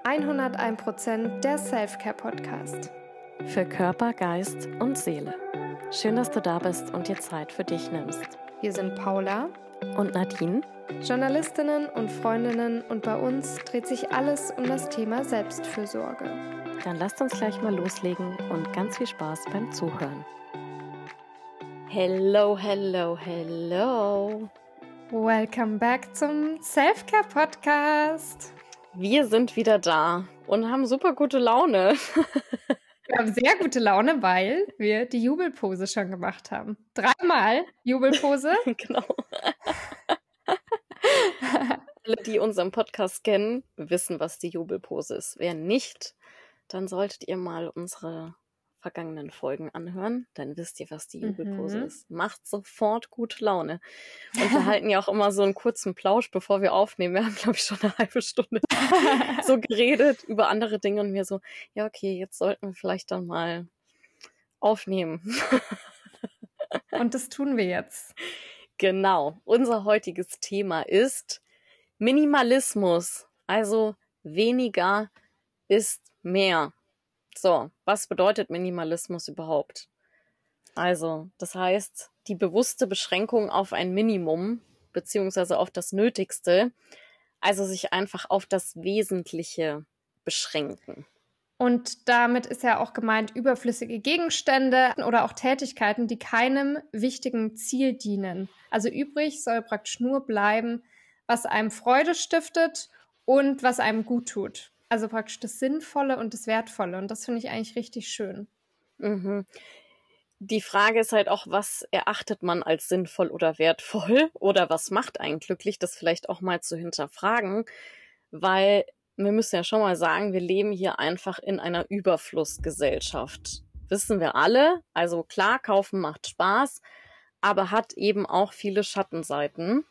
101% der Self-Care-Podcast. Für Körper, Geist und Seele. Schön, dass du da bist und dir Zeit für dich nimmst. Wir sind Paula und Nadine, Journalistinnen und Freundinnen, und bei uns dreht sich alles um das Thema Selbstfürsorge. Dann lasst uns gleich mal loslegen und ganz viel Spaß beim Zuhören. Hello, hello, hello. Welcome back zum Self-Care-Podcast. Wir sind wieder da und haben super gute Laune. Wir haben sehr gute Laune, weil wir die Jubelpose schon gemacht haben. 3-mal Jubelpose. Genau. Alle, die unseren Podcast kennen, wissen, was die Jubelpose ist. Wer nicht, dann solltet ihr mal unsere vergangenen Folgen anhören. Dann wisst ihr, was die Jubelpose ist. Macht sofort gute Laune. Und wir halten ja auch immer so einen kurzen Plausch, bevor wir aufnehmen. Wir haben, glaube ich, schon eine halbe Stunde so geredet über andere Dinge und mir so, ja, okay, jetzt sollten wir vielleicht dann mal aufnehmen. Und das tun wir jetzt. Genau. Unser heutiges Thema ist Minimalismus. Also weniger ist mehr. So, was bedeutet Minimalismus überhaupt? Also, das heißt, die bewusste Beschränkung auf ein Minimum, beziehungsweise auf das Nötigste, also sich einfach auf das Wesentliche beschränken. Und damit ist ja auch gemeint überflüssige Gegenstände oder auch Tätigkeiten, die keinem wichtigen Ziel dienen. Also übrig soll praktisch nur bleiben, was einem Freude stiftet und was einem gut tut. Also praktisch das Sinnvolle und das Wertvolle. Und das finde ich eigentlich richtig schön. Mhm. Die Frage ist halt auch, was erachtet man als sinnvoll oder wertvoll? Oder was macht einen glücklich? Das vielleicht auch mal zu hinterfragen. Weil wir müssen ja schon mal sagen, wir leben hier einfach in einer Überflussgesellschaft. Wissen wir alle. Also klar, kaufen macht Spaß, aber hat eben auch viele Schattenseiten.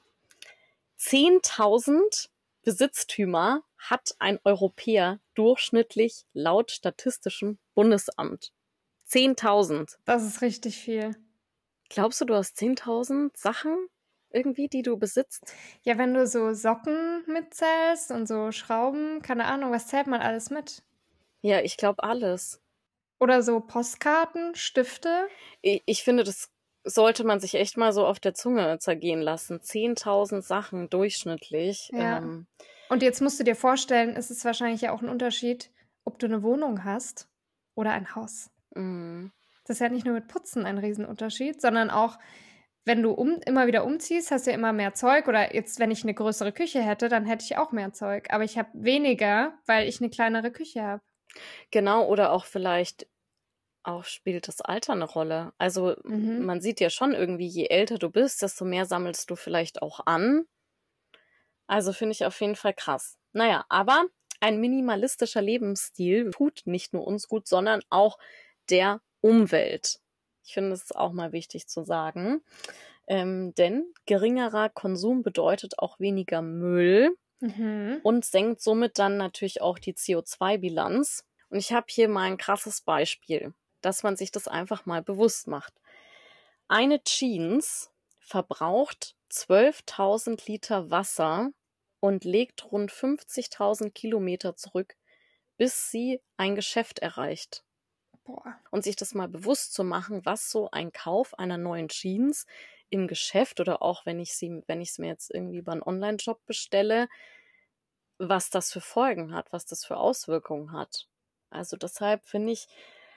10.000 Besitztümer hat ein Europäer durchschnittlich laut Statistischem Bundesamt. 10.000. Das ist richtig viel. Glaubst du hast 10.000 Sachen irgendwie, die du besitzt? Ja, wenn du so Socken mitzählst und so Schrauben, keine Ahnung, was zählt man alles mit? Ja, ich glaube alles. Oder so Postkarten, Stifte. Ich finde, das sollte man sich echt mal so auf der Zunge zergehen lassen. 10.000 Sachen durchschnittlich. Ja. Und jetzt musst du dir vorstellen, es ist wahrscheinlich ja auch ein Unterschied, ob du eine Wohnung hast oder ein Haus. Mhm. Das ist ja nicht nur mit Putzen ein Riesenunterschied, sondern auch, wenn du immer wieder umziehst, hast du ja immer mehr Zeug. Oder jetzt, wenn ich eine größere Küche hätte, dann hätte ich auch mehr Zeug. Aber ich habe weniger, weil ich eine kleinere Küche habe. Genau, oder auch vielleicht auch spielt das Alter eine Rolle. Also man sieht ja schon irgendwie, je älter du bist, desto mehr sammelst du vielleicht auch an. Also finde ich auf jeden Fall krass. Naja, aber ein minimalistischer Lebensstil tut nicht nur uns gut, sondern auch der Umwelt. Ich finde, das ist auch mal wichtig zu sagen. Denn geringerer Konsum bedeutet auch weniger Müll und senkt somit dann natürlich auch die CO2-Bilanz. Und ich habe hier mal ein krasses Beispiel, dass man sich das einfach mal bewusst macht. Eine Jeans verbraucht 12.000 Liter Wasser und legt rund 50.000 Kilometer zurück, bis sie ein Geschäft erreicht. Boah. Und sich das mal bewusst zu machen, was so ein Kauf einer neuen Jeans im Geschäft oder auch wenn ich es mir jetzt irgendwie über einen Online-Shop bestelle, was das für Folgen hat, was das für Auswirkungen hat. Also deshalb finde ich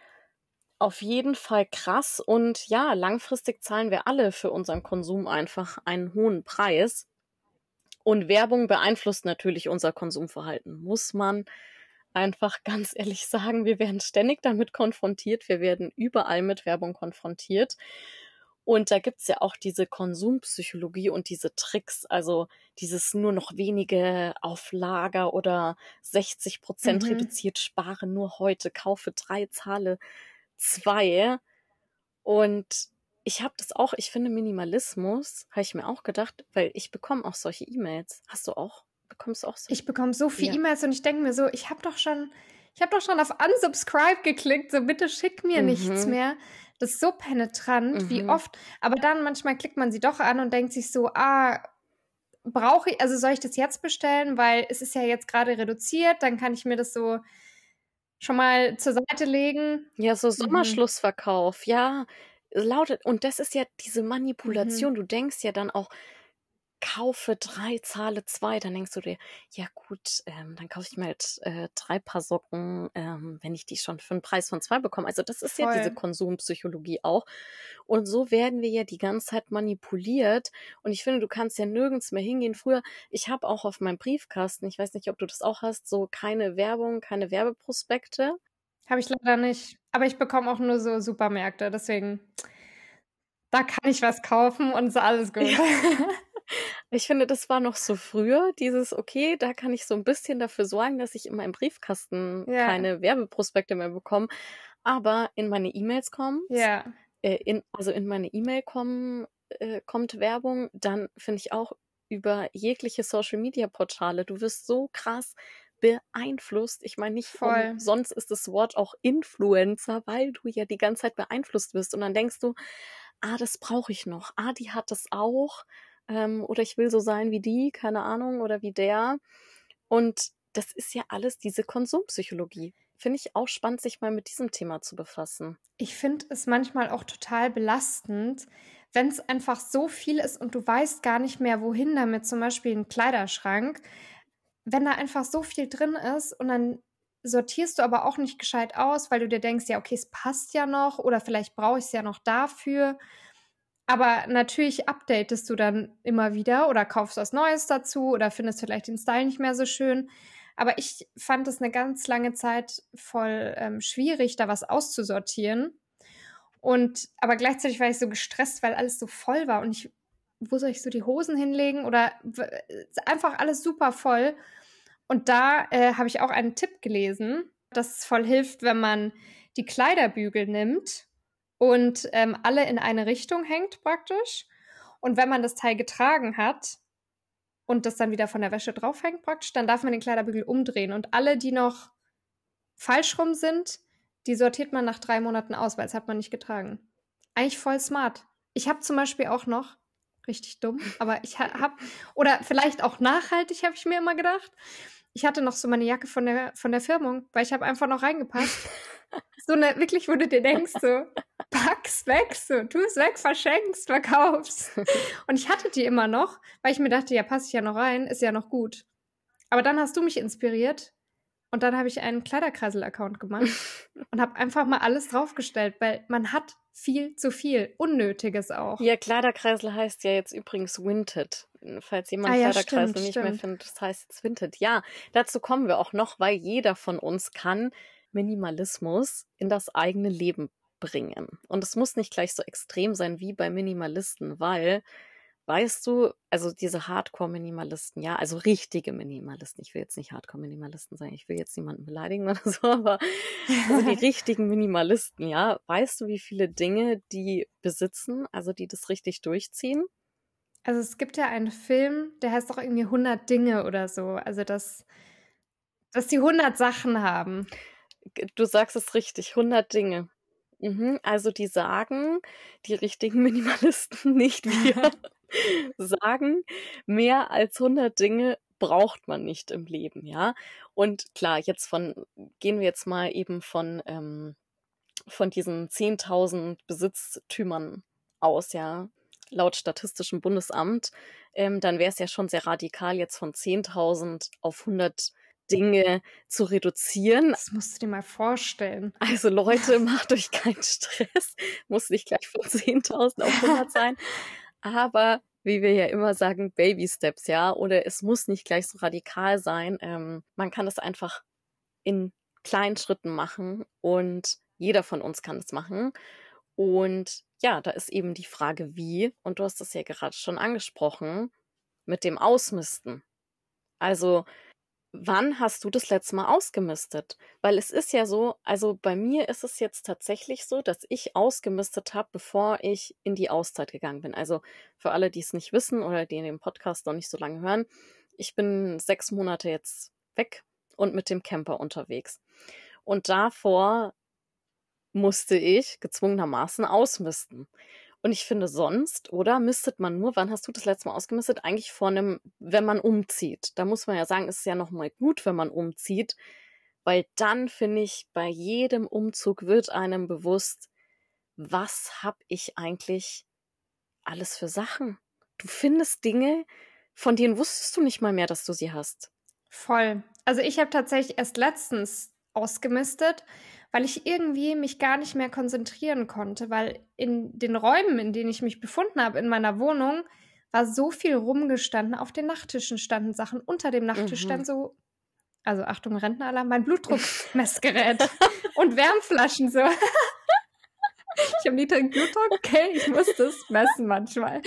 auf jeden Fall krass und ja, langfristig zahlen wir alle für unseren Konsum einfach einen hohen Preis. Und Werbung beeinflusst natürlich unser Konsumverhalten, muss man einfach ganz ehrlich sagen. Wir werden ständig damit konfrontiert, wir werden überall mit Werbung konfrontiert. Und da gibt's ja auch diese Konsumpsychologie und diese Tricks, also dieses nur noch wenige auf Lager oder 60% reduziert, spare nur heute, kaufe 3, zahle 2. Und ich habe das auch, ich finde Minimalismus, habe ich mir auch gedacht, weil ich bekomme auch solche E-Mails. Hast du auch? Bekommst du auch so? Ich bekomme so viele E-Mails und ich denke mir so, ich habe doch schon auf Unsubscribe geklickt, so bitte schick mir nichts mehr. Das ist so penetrant, wie oft. Aber dann manchmal klickt man sie doch an und denkt sich so, also soll ich das jetzt bestellen? Weil es ist ja jetzt gerade reduziert, dann kann ich mir das so schon mal zur Seite legen. Ja, so Mhm. Sommerschlussverkauf, ja, lautet und das ist ja diese Mhm. Manipulation. Du denkst ja dann auch: „Kaufe 3, zahle 2." Dann denkst du dir: „Ja gut, dann kaufe ich mir halt, 3 Paar Socken, wenn ich die schon für 'n Preis von 2 bekomme." Also, das ist ja diese Voll. Konsumpsychologie auch. Und so werden wir ja die ganze Zeit manipuliert. Und ich finde, du kannst ja nirgends mehr hingehen. Früher ich habe auch auf meinem Briefkasten, ich weiß nicht, ob du das auch hast, so keine Werbung, keine Werbeprospekte. Habe ich leider nicht. Aber ich bekomme auch nur so Supermärkte, deswegen da kann ich was kaufen und ist alles gut. Ich finde, das war noch so früher, dieses: „Okay, da kann ich so 'n bisschen dafür sorgen, dass ich in meinem Briefkasten Ja, keine Werbeprospekte mehr bekomme." Aber in meine E-Mails kommt's, ja, in meine E-Mail kommt Werbung, dann finde ich auch über jegliche Social-Media-Portale. Du wirst so krass beeinflusst. Ich meine, nicht voll. umsonst ist das Wort auch Influencer, weil du ja die ganze Zeit beeinflusst wirst und dann denkst du: „Ah, das brauche ich noch. Ah, die hat das auch." Oder ich will so sein wie die, keine Ahnung, oder wie der. Und das ist ja alles diese Konsumpsychologie. Finde ich auch spannend, sich mal mit diesem Thema zu befassen. Ich finde es manchmal auch total belastend, wenn es einfach so viel ist und du weißt gar nicht mehr, wohin damit, zum Beispiel 'n Kleiderschrank. Wenn da einfach so viel drin ist und dann sortierst du aber auch nicht gescheit aus, weil du dir denkst: „Ja, okay, es passt ja noch oder vielleicht brauche ich's ja noch dafür." Aber natürlich updatest du dann immer wieder oder kaufst was Neues dazu oder findest vielleicht den Style nicht mehr so schön. Aber ich fand es 'ne ganz lange Zeit voll, schwierig, da was auszusortieren. Aber gleichzeitig war ich so gestresst, weil alles so voll war und ich wo soll ich so die Hosen hinlegen oder einfach alles super voll. Und da, habe ich auch einen Tipp gelesen, dass es voll hilft, wenn man die Kleiderbügel nimmt und, alle in eine Richtung hängt praktisch. Und wenn man das Teil getragen hat und das dann wieder von der Wäsche draufhängt praktisch, dann darf man den Kleiderbügel umdrehen und alle, die noch falsch rum sind, die sortiert man nach 3 Monaten aus, weil es hat man nicht getragen. Eigentlich voll smart. Ich habe zum Beispiel auch noch richtig dumm, aber ich habe oder vielleicht auch nachhaltig, habe ich mir immer gedacht. Ich hatte noch so meine Jacke von der Firmung, weil ich habe einfach noch reingepasst. So eine wirklich, wo du dir denkst so: „Pack's weg, so, tu's weg, verschenk's, verkauf's." Und ich hatte die immer noch, weil ich mir dachte: „Ja, passe ich ja noch rein, ist ja noch gut." Aber dann hast du mich inspiriert und dann habe ich einen Kleiderkreisel-Account gemacht und habe einfach mal alles draufgestellt, weil man hat viel zu viel, Unnötiges auch. Ja, Kleiderkreisel heißt ja jetzt übrigens Vinted. Falls Ah jemand ja, stimmt, Kleiderkreisel nicht mehr stimmt. findet, das heißt jetzt Vinted. Ja, dazu kommen wir auch noch, weil jeder von uns kann Minimalismus in das eigene Leben bringen. Und es muss nicht gleich so extrem sein wie bei Minimalisten, weil, weißt du, also diese Hardcore-Minimalisten, ja, also richtige Minimalisten, ich will jetzt nicht Hardcore-Minimalisten sein, ich will jetzt niemanden beleidigen oder so, aber also die richtigen Minimalisten, ja. Weißt du, wie viele Dinge die besitzen, also die das richtig durchziehen? Also, es gibt ja einen Film, der heißt doch irgendwie „100 Dinge" oder so. Also, dass die 100 Sachen haben. Du sagst es richtig, 100 Dinge. Also die sagen, die richtigen Minimalisten, nicht wir, sagen, mehr als 100 Dinge braucht man nicht im Leben, ja? Und klar, gehen wir jetzt mal eben von diesen 10.000 Besitztümern aus, ja, laut Statistischem Bundesamt, dann wäre es ja schon sehr radikal, jetzt von 10.000 auf 100 Dinge zu reduzieren. Das musst du dir mal vorstellen. Also Leute, macht euch keinen Stress, muss nicht gleich von 10.000 auf 100 sein, aber wie wir ja immer sagen, Baby Steps, ja, oder es muss nicht gleich so radikal sein. Man kann das einfach in kleinen Schritten machen und jeder von uns kann es machen. Und ja, da ist eben die Frage, wie, und du hast das ja gerade schon angesprochen, mit dem Ausmisten. Also, wann hast du das letzte Mal ausgemistet? Weil es ist ja so, also bei mir ist es jetzt tatsächlich so, dass ich ausgemistet habe, bevor ich in die Auszeit gegangen bin. Also für alle, die es nicht wissen oder die den Podcast noch nicht so lange hören, ich bin 6 Monate jetzt weg und mit dem Camper unterwegs. Und davor musste ich gezwungenermaßen ausmisten. Und ich finde sonst, oder, mistet man nur, wann hast du das letzte Mal ausgemistet? Eigentlich wenn man umzieht. Da muss man ja sagen, ist es ja noch mal gut, wenn man umzieht, weil dann, finde ich, bei jedem Umzug wird einem bewusst, was habe ich eigentlich alles für Sachen? Du findest Dinge, von denen wusstest du nicht mal mehr, dass du sie hast. Voll. Also ich habe tatsächlich erst letztens ausgemistet, weil ich irgendwie mich gar nicht mehr konzentrieren konnte, weil in den Räumen, in denen ich mich befunden habe, in meiner Wohnung, war so viel rumgestanden. Auf den Nachttischen standen Sachen, unter dem Nachttisch Mhm. stand so, also Achtung, Rentneralarm, mein Blutdruckmessgerät und Wärmflaschen so. Ich habe niedrigen Blutdruck, okay, ich muss das messen manchmal.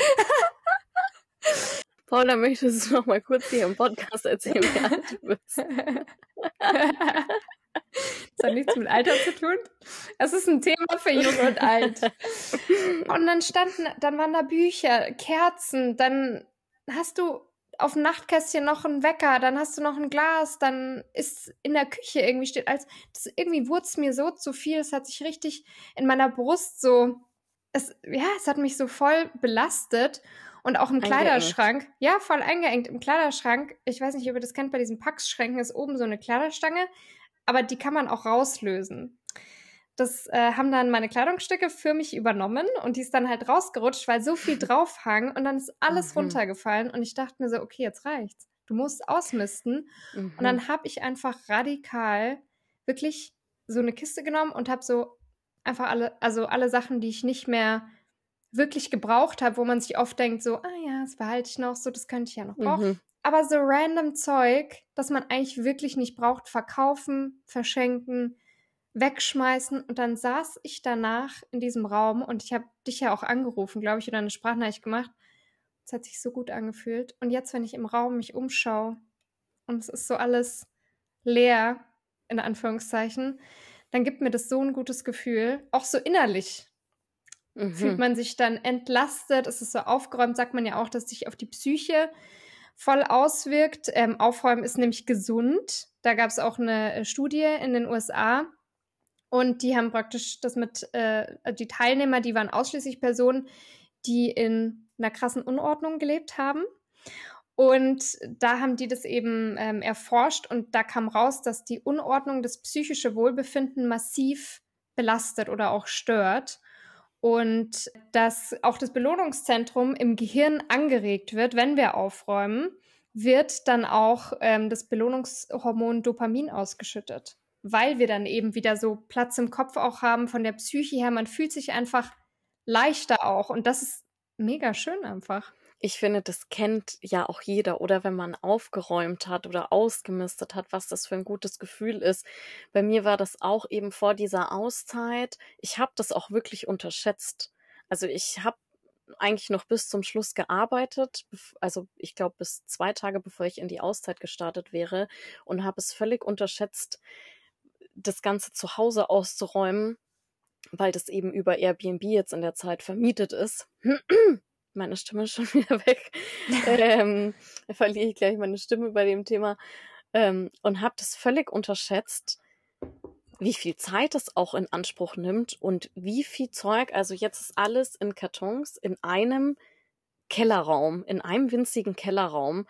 Paula, möchtest du noch mal kurz hier im Podcast erzählen, wie alt du bist? Das hat nichts mit Alter zu tun. Es ist ein Thema für Jung und Alt. Und dann waren da Bücher, Kerzen, dann hast du auf dem Nachtkästchen noch einen Wecker, dann hast du noch ein Glas, dann ist in der Küche irgendwie steht irgendwie wurde es mir so zu viel, es hat sich richtig in meiner Brust es hat mich so voll belastet und auch im Eingeengt. Kleiderschrank, ja, voll eingeengt im Kleiderschrank. Ich weiß nicht, ob ihr das kennt, bei diesen Packschränken ist oben so eine Kleiderstange, aber die kann man auch rauslösen. Das haben dann meine Kleidungsstücke für mich übernommen und die ist dann halt rausgerutscht, weil so viel drauf hang und dann ist alles runtergefallen und ich dachte mir so, okay, jetzt reicht's. Du musst ausmisten. Und dann habe ich einfach radikal wirklich so eine Kiste genommen und habe so einfach alle Sachen, die ich nicht mehr wirklich gebraucht habe, wo man sich oft denkt so, ah ja, das behalte ich noch, so das könnte ich ja noch brauchen. Aber so random Zeug, das man eigentlich wirklich nicht braucht, verkaufen, verschenken, wegschmeißen. Und dann saß ich danach in diesem Raum und ich habe dich ja auch angerufen, glaube ich, oder eine Sprachnachricht gemacht. Es hat sich so gut angefühlt. Und jetzt, wenn ich im Raum mich umschaue und es ist so alles leer, in Anführungszeichen, dann gibt mir das so ein gutes Gefühl. Auch so innerlich fühlt man sich dann entlastet. Es ist so aufgeräumt, sagt man ja auch, dass sich auf die Psyche voll auswirkt. Aufräumen ist nämlich gesund. Da gab es auch eine Studie in den USA. Und die haben praktisch die Teilnehmer, die waren ausschließlich Personen, die in einer krassen Unordnung gelebt haben. Und da haben die das eben erforscht und da kam raus, dass die Unordnung das psychische Wohlbefinden massiv belastet oder auch stört. Und dass auch das Belohnungszentrum im Gehirn angeregt wird, wenn wir aufräumen, wird dann auch das Belohnungshormon Dopamin ausgeschüttet, weil wir dann eben wieder so Platz im Kopf auch haben von der Psyche her. Man fühlt sich einfach leichter auch und das ist mega schön einfach. Ich finde, das kennt ja auch jeder, oder wenn man aufgeräumt hat oder ausgemistet hat, was das für ein gutes Gefühl ist. Bei mir war das auch eben vor dieser Auszeit. Ich habe das auch wirklich unterschätzt. Also ich habe eigentlich noch bis zum Schluss gearbeitet, also ich glaube bis 2 Tage, bevor ich in die Auszeit gestartet wäre, und habe es völlig unterschätzt, das Ganze zu Hause auszuräumen, weil das eben über Airbnb jetzt in der Zeit vermietet ist. Meine Stimme ist schon wieder weg. Verliere ich gleich meine Stimme bei dem Thema. Und habe das völlig unterschätzt, wie viel Zeit es auch in Anspruch nimmt und wie viel Zeug, also jetzt ist alles in Kartons in einem Kellerraum, in einem winzigen Kellerraum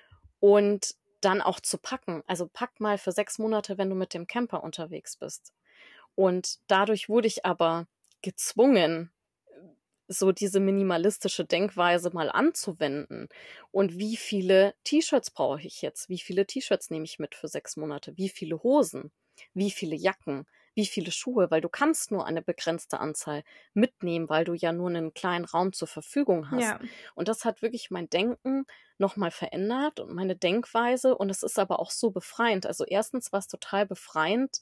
und dann auch zu packen. Also pack mal für 6 Monate, wenn du mit dem Camper unterwegs bist. Und dadurch wurde ich aber gezwungen, so diese minimalistische Denkweise mal anzuwenden. Und wie viele T-Shirts brauche ich jetzt? Wie viele T-Shirts nehme ich mit für 6 Monate? Wie viele Hosen? Wie viele Jacken? Wie viele Schuhe? Weil du kannst nur eine begrenzte Anzahl mitnehmen, weil du ja nur einen kleinen Raum zur Verfügung hast. Ja. Und das hat wirklich mein Denken nochmal verändert und meine Denkweise. Und es ist aber auch so befreiend. Also erstens war es total befreiend.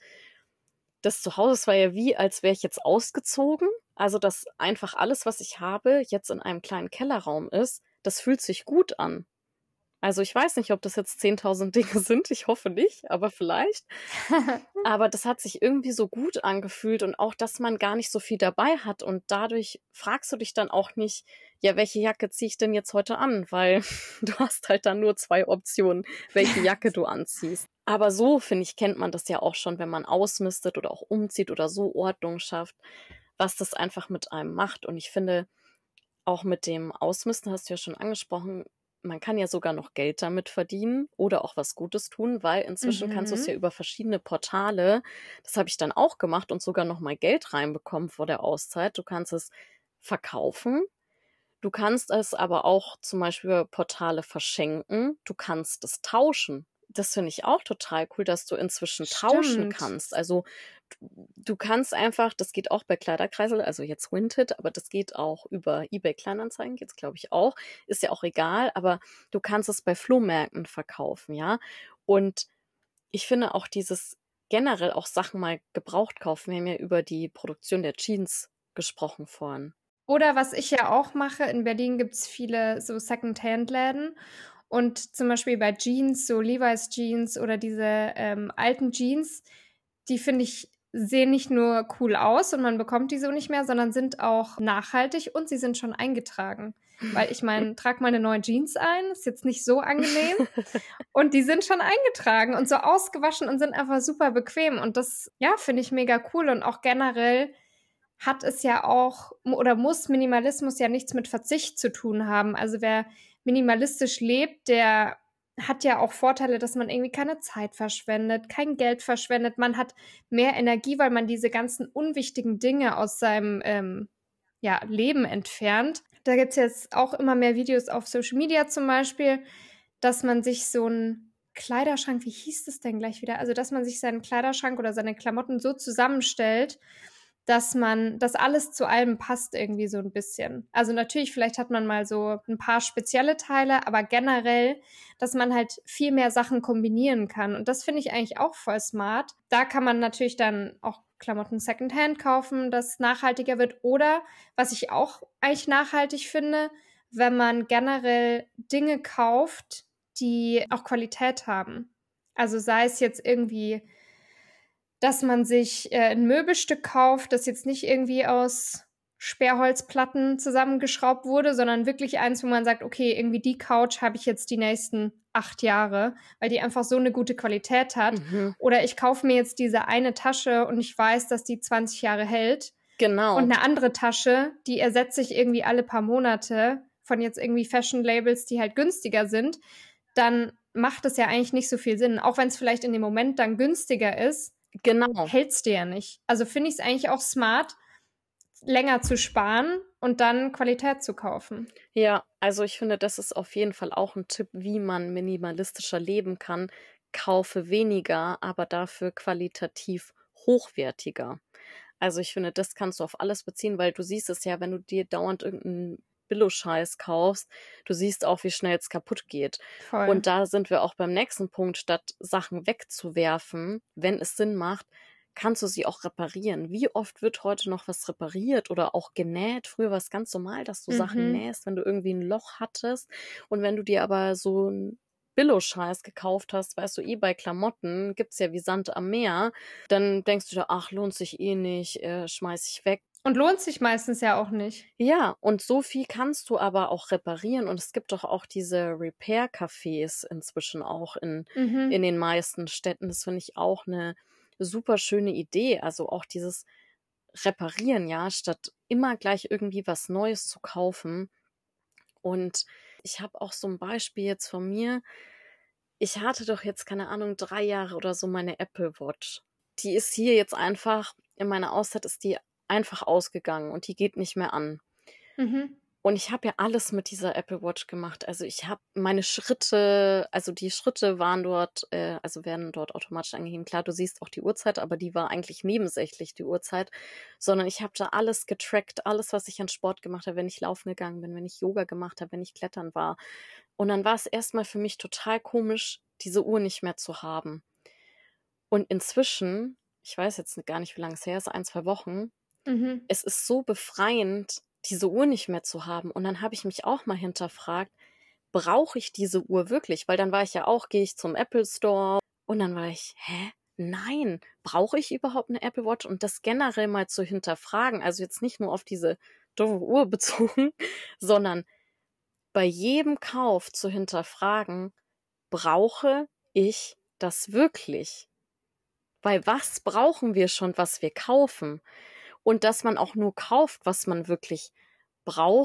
Das Zuhause war ja wie, als wäre ich jetzt ausgezogen. Also, dass einfach alles, was ich habe, jetzt in einem kleinen Kellerraum ist, das fühlt sich gut an. Also, ich weiß nicht, ob das jetzt 10.000 Dinge sind, ich hoffe nicht, aber vielleicht. Aber das hat sich irgendwie so gut angefühlt und auch, dass man gar nicht so viel dabei hat und dadurch fragst du dich dann auch nicht, ja, welche Jacke ziehe ich denn jetzt heute an? Weil du hast halt dann nur 2 Optionen, welche Jacke du anziehst. Aber so, finde ich, kennt man das ja auch schon, wenn man ausmistet oder auch umzieht oder so Ordnung schafft, was das einfach mit einem macht. Und ich finde, auch mit dem Ausmisten hast du ja schon angesprochen, man kann ja sogar noch Geld damit verdienen oder auch was Gutes tun, weil inzwischen kannst du es ja Mhm. über verschiedene Portale, das habe ich dann auch gemacht und sogar noch mal Geld reinbekommen vor der Auszeit. Du kannst es verkaufen, du kannst es aber auch zum Beispiel über Portale verschenken, du kannst es tauschen. Das finde ich auch total cool, dass du inzwischen tauschen Stimmt. kannst. Also, du kannst einfach, das geht auch bei Kleiderkreisel, also jetzt Vinted, aber das geht auch über eBay Kleinanzeigen, geht's glaube ich auch. Ist ja auch egal, aber du kannst es bei Flohmärkten verkaufen, ja? Und ich finde auch dieses generell auch Sachen mal gebraucht kaufen. Wir haben ja über die Produktion der Jeans gesprochen vorhin. Oder was ich ja auch mache, in Berlin gibt's viele so Secondhand-Läden und zum Beispiel bei Jeans, so Levi's Jeans oder diese alten Jeans, die finde ich, sehen nicht nur cool aus und man bekommt die so nicht mehr, sondern sind auch nachhaltig und sie sind schon eingetragen. Weil ich meine, trag mal eine neue Jeans ein, ist jetzt nicht so angenehm. Und die sind schon eingetragen und so ausgewaschen und sind einfach super bequem. Und das, ja, finde ich mega cool. Und auch generell hat es ja auch oder muss Minimalismus ja nichts mit Verzicht zu tun haben. Also wer minimalistisch lebt, der hat ja auch Vorteile, dass man irgendwie keine Zeit verschwendet, kein Geld verschwendet. Man hat mehr Energie, weil man diese ganzen unwichtigen Dinge aus seinem ja, Leben entfernt. Da gibt's jetzt auch immer mehr Videos auf Social Media zum Beispiel, dass man sich so einen Kleiderschrank, wie hieß das denn gleich wieder? Also, dass man sich seinen Kleiderschrank oder seine Klamotten so zusammenstellt, dass alles zu allem passt irgendwie so ein bisschen. Also, natürlich, vielleicht hat man mal so ein paar spezielle Teile, aber generell, dass man halt viel mehr Sachen kombinieren kann. Und das finde ich eigentlich auch voll smart. Da kann man natürlich dann auch Klamotten Secondhand kaufen, das nachhaltiger wird. Oder, was ich auch eigentlich nachhaltig finde, wenn man generell Dinge kauft, die auch Qualität haben. Also sei es jetzt irgendwie, dass man sich 'n Möbelstück kauft, das jetzt nicht irgendwie aus Sperrholzplatten zusammengeschraubt wurde, sondern wirklich eins, wo man sagt: „Okay, irgendwie die Couch habe ich jetzt die nächsten 8 Jahre, weil die einfach so eine gute Qualität hat.“ Mhm. Oder ich kaufe mir jetzt diese eine Tasche und ich weiß, dass die 20 Jahre hält. Und Genau. eine andere Tasche, die ersetze ich irgendwie alle paar Monate von jetzt irgendwie Fashion-Labels, die halt günstiger sind, dann macht es ja eigentlich nicht so viel Sinn. Auch wenn es vielleicht in dem Moment dann günstiger ist, Genau. hält's dir ja nicht. Also finde ich es eigentlich auch smart, länger zu sparen und dann Qualität zu kaufen. Ja, also ich finde, das ist auf jeden Fall auch ein Tipp, wie man minimalistischer leben kann. Kaufe weniger, aber dafür qualitativ hochwertiger. Also, ich finde, das kannst du auf alles beziehen, weil du siehst es ja, wenn du dir dauernd irgendeinen Billo-Scheiß kaufst, du siehst auch, wie schnell es kaputt geht. Voll. Und da sind wir auch beim nächsten Punkt, statt Sachen wegzuwerfen, wenn es Sinn macht, kannst du sie auch reparieren. Wie oft wird heute noch was repariert oder auch genäht? Früher war es ganz normal, dass du Sachen Mhm. nähst, wenn du irgendwie ein Loch hattest. Und wenn du dir aber so 'n Billo-Scheiß gekauft hast, weißt du, eh bei Klamotten gibt's ja wie Sand am Meer, dann denkst du dir: „Ach, lohnt sich eh nicht, schmeiß ich weg.“ Und lohnt sich meistens ja auch nicht. Ja, und so viel kannst du aber auch reparieren und es gibt doch auch diese Repair-Cafés inzwischen auch in Mhm. den meisten Städten. Das finde ich auch 'ne super schöne Idee. Also, auch dieses Reparieren, ja, statt immer gleich irgendwie was Neues zu kaufen. Und ich habe auch so 'n Beispiel jetzt von mir. Ich hatte doch jetzt, keine Ahnung, 3 Jahre oder so meine Apple Watch. Die ist hier jetzt einfach in meiner Auszeit ist die einfach ausgegangen und die geht nicht mehr an. Mhm. Und ich habe ja alles mit dieser Apple Watch gemacht. Also, ich habe meine Schritte also, die Schritte waren dort also, werden dort automatisch angegeben. Klar, du siehst auch die Uhrzeit, aber die war eigentlich nebensächlich, die Uhrzeit, sondern ich habe da alles getrackt, alles, was ich an Sport gemacht habe, wenn ich laufen gegangen bin, wenn ich Yoga gemacht habe, wenn ich klettern war. Und dann war es erst mal für mich total komisch, diese Uhr nicht mehr zu haben. Und inzwischen, ich weiß jetzt gar nicht, wie lange es her ist, 1, 2 Wochen, Mhm. es ist so befreiend, diese Uhr nicht mehr zu haben. Und dann habe ich mich auch mal hinterfragt: „Brauche ich diese Uhr wirklich?“ Weil dann war ich ja auch gehe ich zum Apple Store und dann war ich: „Hä? Nein, brauche ich überhaupt 'ne Apple Watch?“ Und das generell mal zu hinterfragen, also jetzt nicht nur auf diese doofe Uhr bezogen, sondern bei jedem Kauf zu hinterfragen: „Brauche ich das wirklich?“ Weil was brauchen wir schon, was wir kaufen? Und dass man auch nur kauft, was man wirklich braucht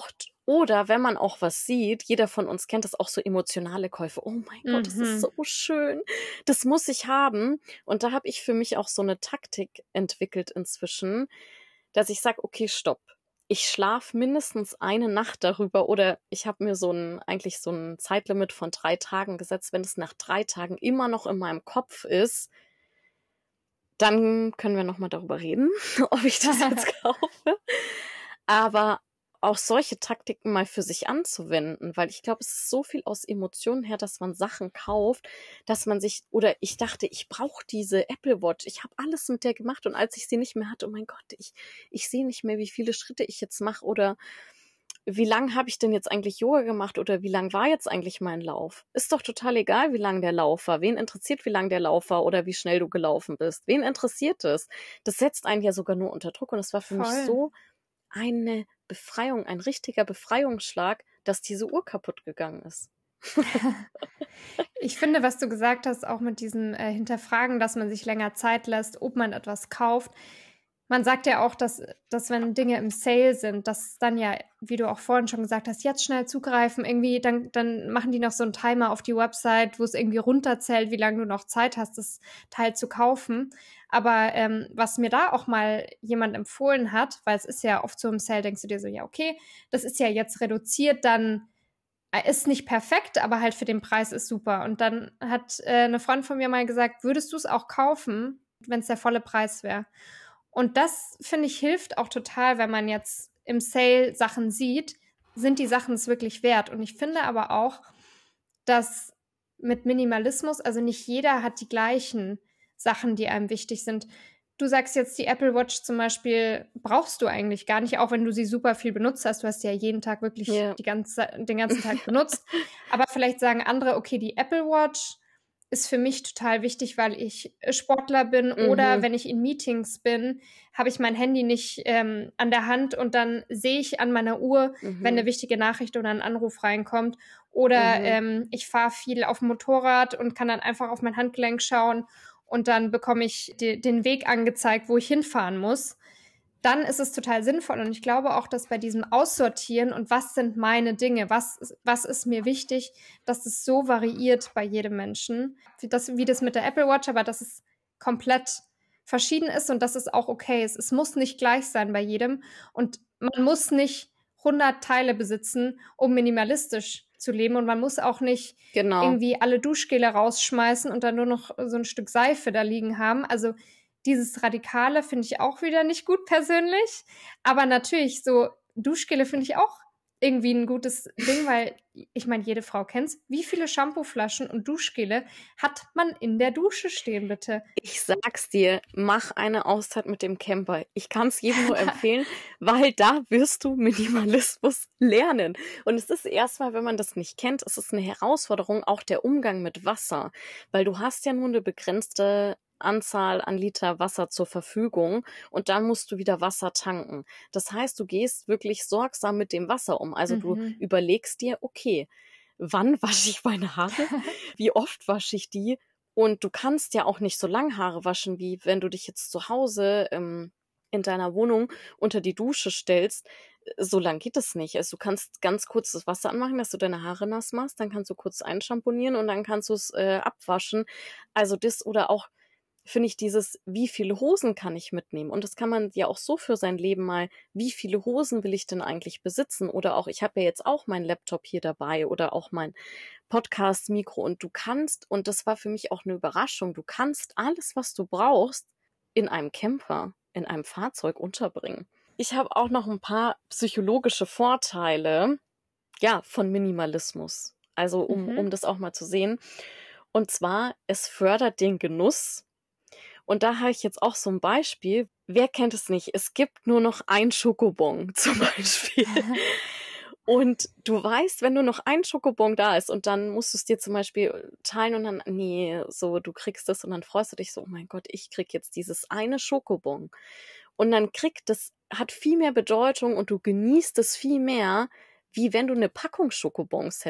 Oder wenn man auch was sieht, jeder von uns kennt das auch, so emotionale Käufe. Oh mein Gott, das ist Mhm. so schön. Das muss ich haben. Und da habe ich für mich auch so eine Taktik entwickelt inzwischen, dass ich sage, okay, stopp. Ich schlafe mindestens eine Nacht darüber, oder ich habe mir eigentlich so ein Zeitlimit von 3 Tagen gesetzt. Wenn es nach 3 Tagen immer noch in meinem Kopf ist, dann können wir noch mal darüber reden, ob ich das jetzt kaufe. Aber auch solche Taktiken mal für sich anzuwenden, weil ich glaube, es ist so viel aus Emotionen her, dass man Sachen kauft, dass man sich, oder ich dachte, ich brauche diese Apple Watch. Ich habe alles mit der gemacht, und als ich sie nicht mehr hatte, oh mein Gott, ich sehe nicht mehr, wie viele Schritte ich jetzt mache, oder wie lang habe ich denn jetzt eigentlich Yoga gemacht, oder wie lang war jetzt eigentlich mein Lauf? Ist doch total egal, wie lang der Lauf war. Wen interessiert, wie lang der Lauf war oder wie schnell du gelaufen bist? Wen interessiert es? Das setzt einen ja sogar nur unter Druck, und es war für mich Voll. so eine Befreiung, ein richtiger Befreiungsschlag, dass diese Uhr kaputt gegangen ist. Ich finde, was du gesagt hast, auch mit diesem Hinterfragen, dass man sich länger Zeit lässt, ob man etwas kauft. Man sagt ja auch, dass wenn Dinge im Sale sind, dass dann ja, wie du auch vorhin schon gesagt hast, jetzt schnell zugreifen, irgendwie, dann machen die noch so einen Timer auf die Website, wo es irgendwie runterzählt, wie lange du noch Zeit hast, das Teil zu kaufen. Aber was mir da auch mal jemand empfohlen hat, weil es ist ja oft so im Sale, denkst du dir so, ja, okay, das ist ja jetzt reduziert, dann ist nicht perfekt, aber halt für den Preis ist super. Und dann hat eine Freundin von mir mal gesagt, würdest du es auch kaufen, wenn es der volle Preis wäre? Und das, finde ich, hilft auch total, wenn man jetzt im Sale Sachen sieht, sind die Sachen es wirklich wert. Und ich finde aber auch, dass mit Minimalismus, also nicht jeder hat die gleichen Sachen, die einem wichtig sind. Du sagst jetzt, die Apple Watch zum Beispiel brauchst du eigentlich gar nicht, auch wenn du sie super viel benutzt hast. Du hast sie ja jeden Tag wirklich Ja. den ganzen Tag benutzt. Aber vielleicht sagen andere, okay, die Apple Watch ist für mich total wichtig, weil ich Sportler bin, oder Mhm. wenn ich in Meetings bin, habe ich mein Handy nicht an der Hand, und dann sehe ich an meiner Uhr, wenn eine Mhm. wichtige Nachricht oder ein Anruf reinkommt. Oder Mhm. ich fahre viel auf dem Motorrad und kann dann einfach auf mein Handgelenk schauen, und dann bekomme ich den Weg angezeigt, wo ich hinfahren muss. Dann ist es total sinnvoll. Und ich glaube auch, dass bei diesem Aussortieren und was sind meine Dinge, was ist mir wichtig, dass es so variiert bei jedem Menschen. Wie das mit der Apple Watch, aber dass es komplett verschieden ist und dass es auch okay ist. Es muss nicht gleich sein bei jedem, und man muss nicht 100 Teile besitzen, um minimalistisch zu leben, und man muss auch nicht Genau. irgendwie alle Duschgele rausschmeißen und dann nur noch so ein Stück Seife da liegen haben. Also dieses Radikale finde ich auch wieder nicht gut persönlich. Aber natürlich, so Duschgele finde ich auch irgendwie ein gutes Ding, weil ich meine, jede Frau kennt's. Wie viele Shampooflaschen und Duschgele hat man in der Dusche stehen, bitte? Ich sag's dir, mach eine Auszeit mit dem Camper. Ich kann's jedem nur empfehlen, weil da wirst du Minimalismus lernen. Und es ist erstmal, wenn man das nicht kennt, es ist eine Herausforderung, auch der Umgang mit Wasser. Weil du hast ja nur eine begrenzte Anzahl an Liter Wasser zur Verfügung, und dann musst du wieder Wasser tanken. Das heißt, du gehst wirklich sorgsam mit dem Wasser um. Also du Mhm. überlegst dir, okay, wann wasche ich meine Haare? Wie oft wasche ich die? Und du kannst ja auch nicht so lang Haare waschen, wie wenn du dich jetzt zu Hause in deiner Wohnung unter die Dusche stellst. So lang geht es nicht. Also du kannst ganz kurz das Wasser anmachen, dass du deine Haare nass machst, dann kannst du kurz einschamponieren und dann kannst du es abwaschen. Also das, oder auch finde ich dieses, wie viele Hosen kann ich mitnehmen? Und das kann man ja auch so für sein Leben mal, wie viele Hosen will ich denn eigentlich besitzen? Oder auch, ich habe ja jetzt auch meinen Laptop hier dabei oder auch mein Podcast-Mikro, und du kannst, und das war für mich auch eine Überraschung, du kannst alles, was du brauchst, in einem Camper, in einem Fahrzeug unterbringen. Ich habe auch noch ein paar psychologische Vorteile, ja, von Minimalismus. Also um Mhm. das auch mal zu sehen. Und zwar, es fördert den Genuss. Und da habe ich jetzt auch so ein Beispiel. Wer kennt es nicht? Es gibt nur noch ein Schokobon zum Beispiel. Und du weißt, wenn nur noch ein Schokobon da ist, und dann musst du es dir zum Beispiel teilen, und dann, nee, so, du kriegst es, und dann freust du dich so, oh mein Gott, ich krieg jetzt dieses eine Schokobon. Und dann hat viel mehr Bedeutung, und du genießt es viel mehr, wie wenn du eine Packung Schokobons hättest.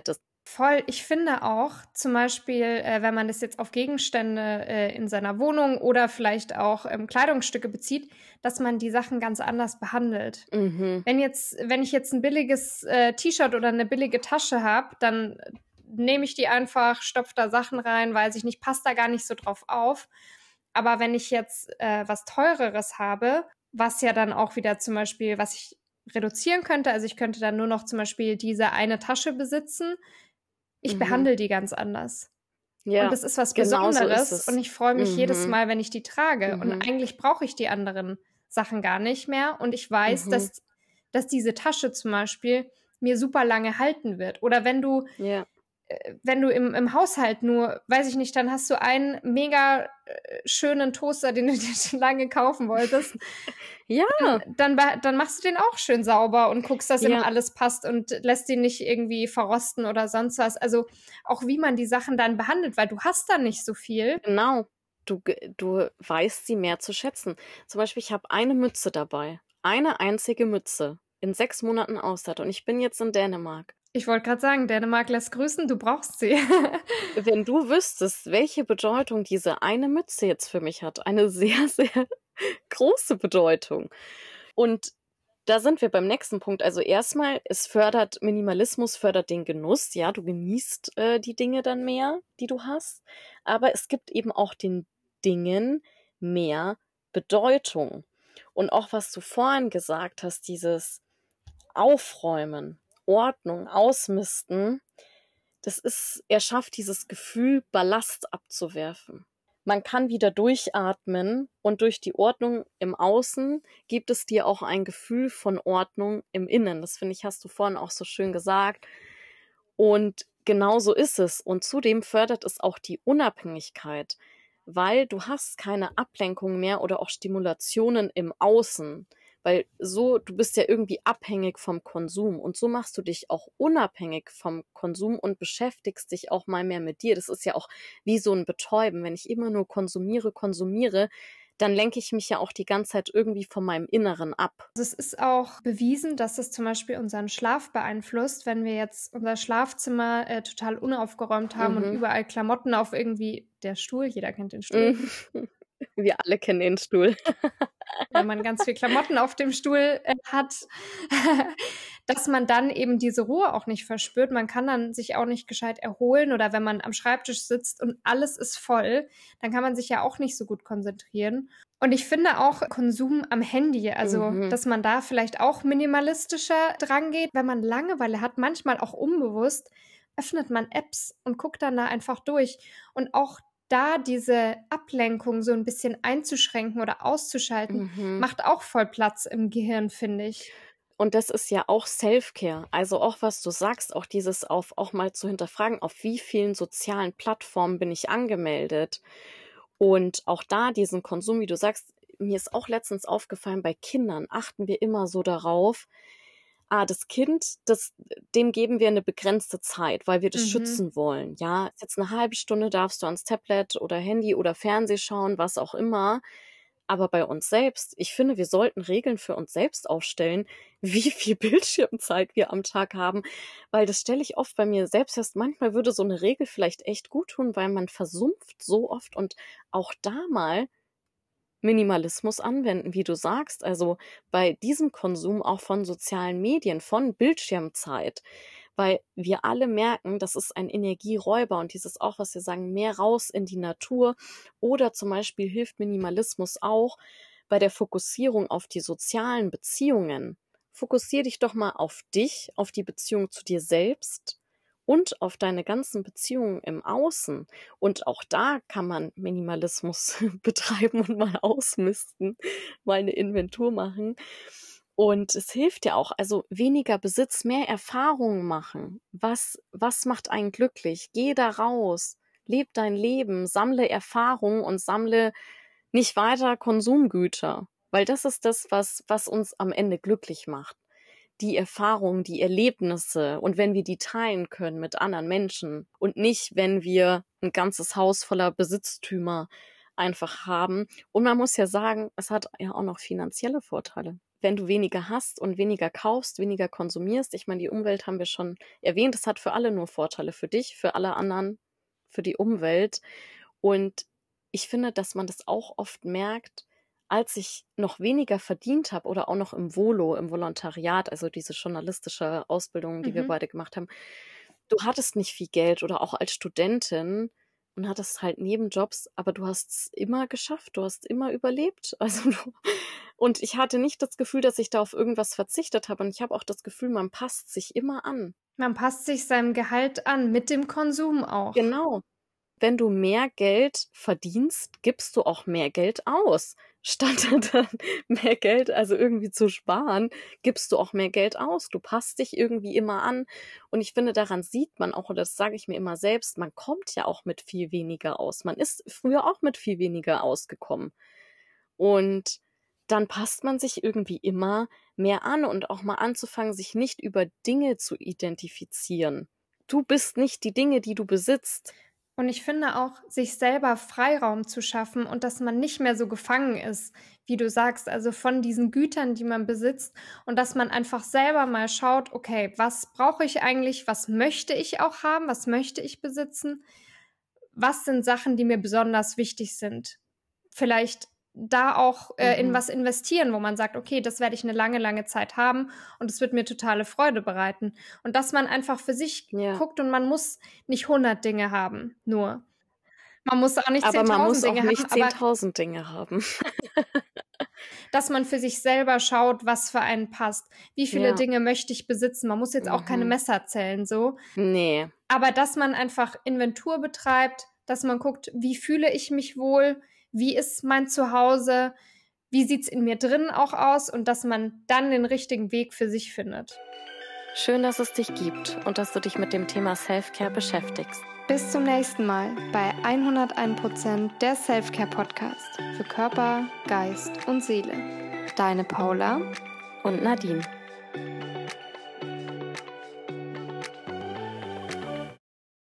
Voll. Ich finde auch, zum Beispiel, wenn man das jetzt auf Gegenstände in seiner Wohnung oder vielleicht auch Kleidungsstücke bezieht, dass man die Sachen ganz anders behandelt. Mhm. Wenn ich jetzt ein billiges T-Shirt oder eine billige Tasche habe, dann nehme ich die einfach, stopfe da Sachen rein, weiß ich nicht, passt da gar nicht so drauf auf. Aber wenn ich jetzt was Teureres habe, was ja dann auch wieder zum Beispiel, was ich reduzieren könnte, also ich könnte dann nur noch zum Beispiel diese eine Tasche besitzen, ich Mhm. behandle die ganz anders. Und Ja, das ist was genau so ist Besonderes und es. ich freue mich jedes Mhm. Mal, wenn ich die trage. Und Mhm. eigentlich brauche ich die anderen Sachen gar nicht mehr. Und ich weiß, Mhm. dass diese Tasche zum Beispiel mir super lange halten wird. Oder Ja. wenn du im Haushalt nur, weiß ich nicht, dann hast du einen mega schönen Toaster, den du dir schon lange kaufen wolltest. Ja, Dann machst du den auch schön sauber und guckst, dass immer ja, alles passt und lässt ihn nicht irgendwie verrosten oder sonst was. Also auch wie man die Sachen dann behandelt, weil du hast da nicht so viel. genau. Du weißt sie mehr zu schätzen. Zum Beispiel, ich habe eine Mütze dabei. Eine einzige Mütze in 6 Monaten Auszeit und ich bin jetzt in Dänemark. Ich wollte gerade sagen, Dänemark lässt grüßen, du brauchst sie. Wenn du wüsstest, welche Bedeutung diese eine Mütze jetzt für mich hat, eine sehr, sehr große Bedeutung. Und da sind wir beim nächsten Punkt. Also erstmal, es fördert Minimalismus, fördert den Genuss. Ja, du genießt die Dinge dann mehr, die du hast. Aber es gibt eben auch den Dingen mehr Bedeutung. Und auch was du vorhin gesagt hast, dieses Aufräumen, Ordnung, Ausmisten, er schafft dieses Gefühl, Ballast abzuwerfen. Man kann wieder durchatmen und durch die Ordnung im Außen gibt es dir auch ein Gefühl von Ordnung im Innen. Das finde ich, hast du vorhin auch so schön gesagt. Und genau so ist es. Und zudem fördert es auch die Unabhängigkeit, weil du hast keine Ablenkung mehr oder auch Stimulationen im Außen. Weil so, du bist ja irgendwie abhängig vom Konsum und so machst du dich auch unabhängig vom Konsum und beschäftigst dich auch mal mehr mit dir. Das ist ja auch wie so ein Betäuben. Wenn ich immer nur konsumiere, dann lenke ich mich ja auch die ganze Zeit irgendwie von meinem Inneren ab. Also es ist auch bewiesen, dass es zum Beispiel unseren Schlaf beeinflusst, wenn wir jetzt unser Schlafzimmer total unaufgeräumt haben und Mhm. überall Klamotten auf irgendwie der Stuhl, jeder kennt den Stuhl, Mhm. Wir alle kennen den Stuhl. wenn man ganz viel Klamotten auf dem Stuhl hat, dass man dann eben diese Ruhe auch nicht verspürt. Man kann dann sich auch nicht gescheit erholen oder wenn man am Schreibtisch sitzt und alles ist voll, dann kann man sich ja auch nicht so gut konzentrieren. Und ich finde auch Konsum am Handy, also Mhm. dass man da vielleicht auch minimalistischer dran geht, wenn man Langeweile hat, manchmal auch unbewusst, öffnet man Apps und guckt dann da einfach durch. Und auch da diese Ablenkung so ein bisschen einzuschränken oder auszuschalten, Mhm. macht auch voll Platz im Gehirn, finde ich. Und das ist ja auch Self-Care. Also auch was du sagst, auch dieses auch mal zu hinterfragen, auf wie vielen sozialen Plattformen bin ich angemeldet? Und auch da diesen Konsum, wie du sagst, mir ist auch letztens aufgefallen, bei Kindern achten wir immer so darauf, das Kind, dem geben wir eine begrenzte Zeit, weil wir das Mhm. schützen wollen. Ja, jetzt eine halbe Stunde darfst du ans Tablet oder Handy oder Fernseh schauen, was auch immer. Aber bei uns selbst, ich finde, wir sollten Regeln für uns selbst aufstellen, wie viel Bildschirmzeit wir am Tag haben, weil das stelle ich oft bei mir selbst fest. Manchmal würde so eine Regel vielleicht echt gut tun, weil man versumpft so oft und auch da mal Minimalismus anwenden, wie du sagst. Also bei diesem Konsum auch von sozialen Medien, von Bildschirmzeit, weil wir alle merken, das ist ein Energieräuber und dieses auch, was wir sagen, mehr raus in die Natur oder zum Beispiel hilft Minimalismus auch bei der Fokussierung auf die sozialen Beziehungen. Fokussier dich doch mal auf dich, auf die Beziehung zu dir selbst und auf deine ganzen Beziehungen im Außen. Und auch da kann man Minimalismus betreiben und mal ausmisten, mal eine Inventur machen. Und es hilft ja auch, also weniger Besitz, mehr Erfahrungen machen. Was macht einen glücklich? Geh da raus, leb dein Leben, sammle Erfahrungen und sammle nicht weiter Konsumgüter. Weil das ist das, was uns am Ende glücklich macht. Die Erfahrungen, die Erlebnisse und wenn wir die teilen können mit anderen Menschen und nicht, wenn wir ein ganzes Haus voller Besitztümer einfach haben. Und man muss ja sagen, es hat ja auch noch finanzielle Vorteile. wenn du weniger hast und weniger kaufst, weniger konsumierst. Ich meine, die Umwelt haben wir schon erwähnt. Das hat für alle nur Vorteile. Für dich, für alle anderen, für die Umwelt. Und ich finde, dass man das auch oft merkt, als ich noch weniger verdient habe oder auch noch im Volo, im Volontariat, also diese journalistische Ausbildung, die wir beide gemacht haben. Du hattest nicht viel Geld oder auch als Studentin und hattest halt Nebenjobs, aber du hast es immer geschafft, du hast immer überlebt. Und ich hatte nicht das Gefühl, dass ich da auf irgendwas verzichtet habe. Und ich habe auch das Gefühl, man passt sich immer an. Man passt sich seinem Gehalt an, mit dem Konsum auch. Genau. Wenn du mehr Geld verdienst, gibst du auch mehr Geld aus. Statt dann mehr Geld, also irgendwie zu sparen, gibst du auch mehr Geld aus. Du passt dich irgendwie immer an. Und ich finde, daran sieht man auch, und das sage ich mir immer selbst, man kommt ja auch mit viel weniger aus. Man ist früher auch mit viel weniger ausgekommen. Und dann passt man sich irgendwie immer mehr an und auch mal anzufangen, sich nicht über Dinge zu identifizieren. Du bist nicht die Dinge, die du besitzt. Und ich finde auch, sich selber Freiraum zu schaffen und dass man nicht mehr so gefangen ist, wie du sagst, also von diesen Gütern, die man besitzt und dass man einfach selber mal schaut, okay, was brauche ich eigentlich, was möchte ich auch haben, was möchte ich besitzen, was sind Sachen, die mir besonders wichtig sind. Vielleicht da auch in was investieren, wo man sagt, okay, das werde ich eine lange, lange Zeit haben und es wird mir totale Freude bereiten. Und dass man einfach für sich Ja. guckt und man muss nicht 100 Dinge haben, nur. Man muss auch nicht Aber man 10.000 muss auch Dinge nicht haben, aber 10.000 Dinge haben. dass man für sich selber schaut, was für einen passt. Wie viele Ja. Dinge möchte ich besitzen? Man muss jetzt auch keine Messer zählen, so. Nee. Aber dass man einfach Inventur betreibt, dass man guckt, wie fühle ich mich wohl? Wie ist mein Zuhause? Wie sieht's in mir drin auch aus? Und dass man dann den richtigen Weg für sich findet. Schön, dass es dich gibt und dass du dich mit dem Thema Self-Care beschäftigst. Bis zum nächsten Mal bei 101% der Self-Care Podcast für Körper, Geist und Seele. Deine Paula und Nadine.